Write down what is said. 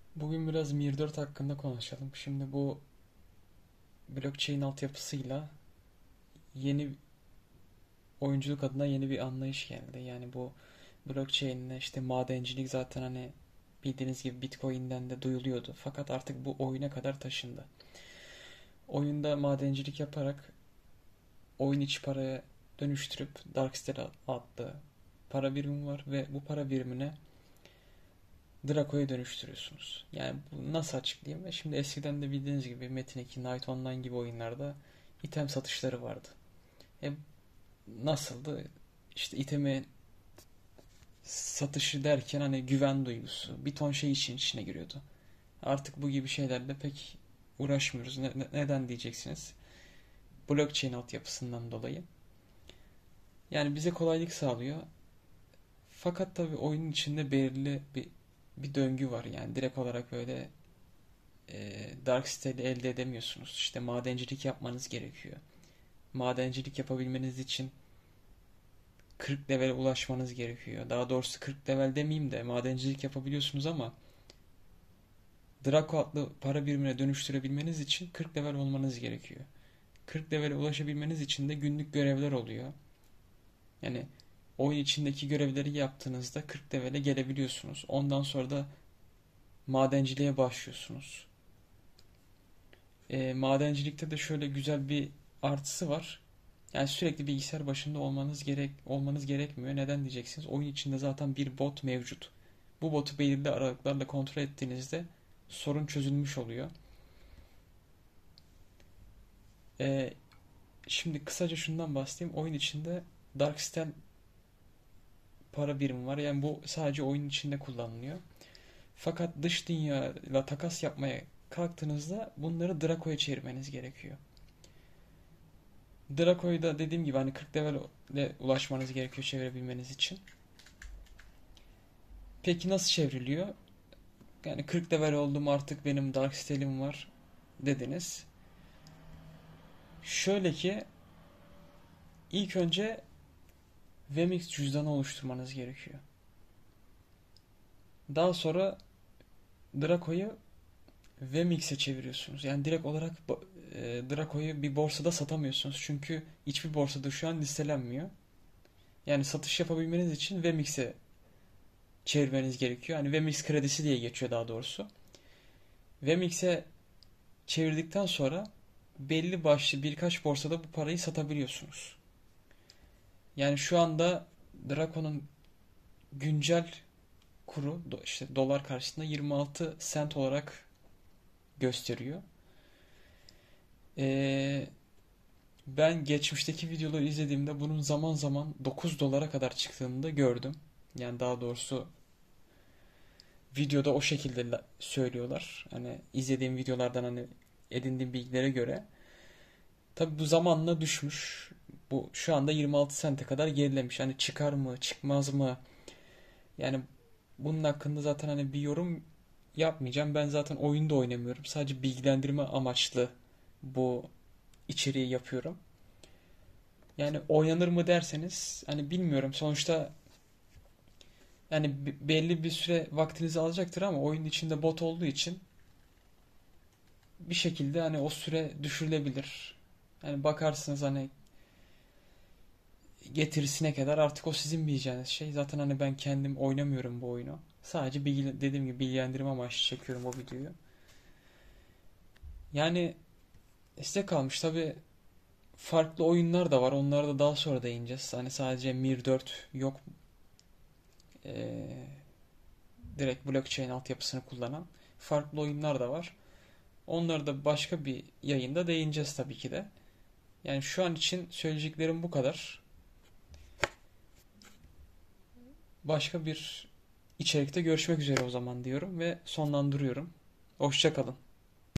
Bugün biraz Mir 4 hakkında konuşalım. Şimdi bu blockchain altyapısıyla yeni oyunculuk adına yeni bir anlayış geldi. Yani bu blockchain'le işte madencilik zaten hani bildiğiniz gibi Bitcoin'den de duyuluyordu. Fakat artık bu oyuna kadar taşındı. Oyunda madencilik yaparak oyun içi paraya dönüştürüp Darkstore adlı para birimi var ve bu para birimine Draco'ya dönüştürüyorsunuz. Yani bu nasıl açıklayayım? Şimdi eskiden de bildiğiniz gibi Metin 2, Knight Online gibi oyunlarda item satışları vardı. E, nasıldı? İşte itemi satışı derken hani güven duygusu, bir ton şey için içine giriyordu. Artık bu gibi şeylerle pek uğraşmıyoruz. Neden diyeceksiniz? Blockchain altyapısından dolayı. Yani bize kolaylık sağlıyor. Fakat tabii oyunun içinde belirli bir döngü var. Yani direkt olarak böyle Dark site'de elde edemiyorsunuz. İşte madencilik yapmanız gerekiyor. Madencilik yapabilmeniz için 40 level'e ulaşmanız gerekiyor. Daha doğrusu 40 level demeyeyim de madencilik yapabiliyorsunuz ama Draco adlı para birimine dönüştürebilmeniz için 40 level olmanız gerekiyor. 40 level'e ulaşabilmeniz için de günlük görevler oluyor. Yani oyun içindeki görevleri yaptığınızda 40 level'e gelebiliyorsunuz. Ondan sonra da madenciliğe başlıyorsunuz. Madencilikte de şöyle güzel bir artısı var. Yani sürekli bilgisayar başında olmanız gerekmiyor. Neden diyeceksiniz? Oyun içinde zaten bir bot mevcut. Bu botu belirli aralıklarla kontrol ettiğinizde sorun çözülmüş oluyor. Ee, Şimdi kısaca şundan bahsedeyim. Oyun içinde Darkstel para birimi var. Yani bu sadece oyun içinde kullanılıyor. Fakat dış dünyayla takas yapmaya kalktığınızda bunları Draco'ya çevirmeniz gerekiyor. Draco'yu da dediğim gibi hani 40 level'e ulaşmanız gerekiyor çevirebilmeniz için. Peki nasıl çevriliyor? Yani 40 level oldum artık benim Darkstell'im var dediniz. Şöyle ki ilk önce Vmix cüzdanı oluşturmanız gerekiyor. Daha sonra Draco'yu Vmix'e çeviriyorsunuz. Yani direkt olarak Draco'yu bir borsada satamıyorsunuz. Çünkü hiçbir borsada şu an listelenmiyor. Yani satış yapabilmeniz için Vmix'e çevirmeniz gerekiyor. Yani Vmix kredisi diye geçiyor daha doğrusu. Vmix'e çevirdikten sonra belli başlı birkaç borsada bu parayı satabiliyorsunuz. Yani şu anda Draco'nun güncel kuru işte dolar karşısında 26 sent olarak gösteriyor. Ee, Ben geçmişteki videoları izlediğimde bunun zaman zaman 9 dolara kadar çıktığını da gördüm. Yani daha doğrusu videoda o şekilde söylüyorlar. Hani izlediğim videolardan hani edindiğim bilgilere göre. Tabi bu zamanla düşmüş. Bu şu anda 26 sente kadar gerilemiş. Hani çıkar mı, çıkmaz mı? Yani bunun hakkında zaten hani bir yorum yapmayacağım. Ben zaten oyunda oynamıyorum. Sadece bilgilendirme amaçlı bu içeriği yapıyorum. Yani oynanır mı derseniz hani bilmiyorum. Sonuçta yani belli bir süre vaktinizi alacaktır ama oyun içinde bot olduğu için bir şekilde hani o süre düşürülebilir. Yani bakarsınız hani getirisine kadar artık o sizin bileceğiniz şey. Zaten hani ben kendim oynamıyorum bu oyunu. Sadece dediğim gibi bilgilendirme amaçlı çekiyorum o videoyu. Yani size kalmış tabi, farklı oyunlar da var. Onlara da daha sonra değineceğiz. Hani sadece Mir 4 yok. Ee, Direkt blockchain altyapısını kullanan farklı oyunlar da var. Onları da başka bir yayında değineceğiz tabii ki de. Yani şu an için söyleyeceklerim bu kadar. Başka bir içerikte görüşmek üzere o zaman diyorum ve sonlandırıyorum. Hoşça kalın.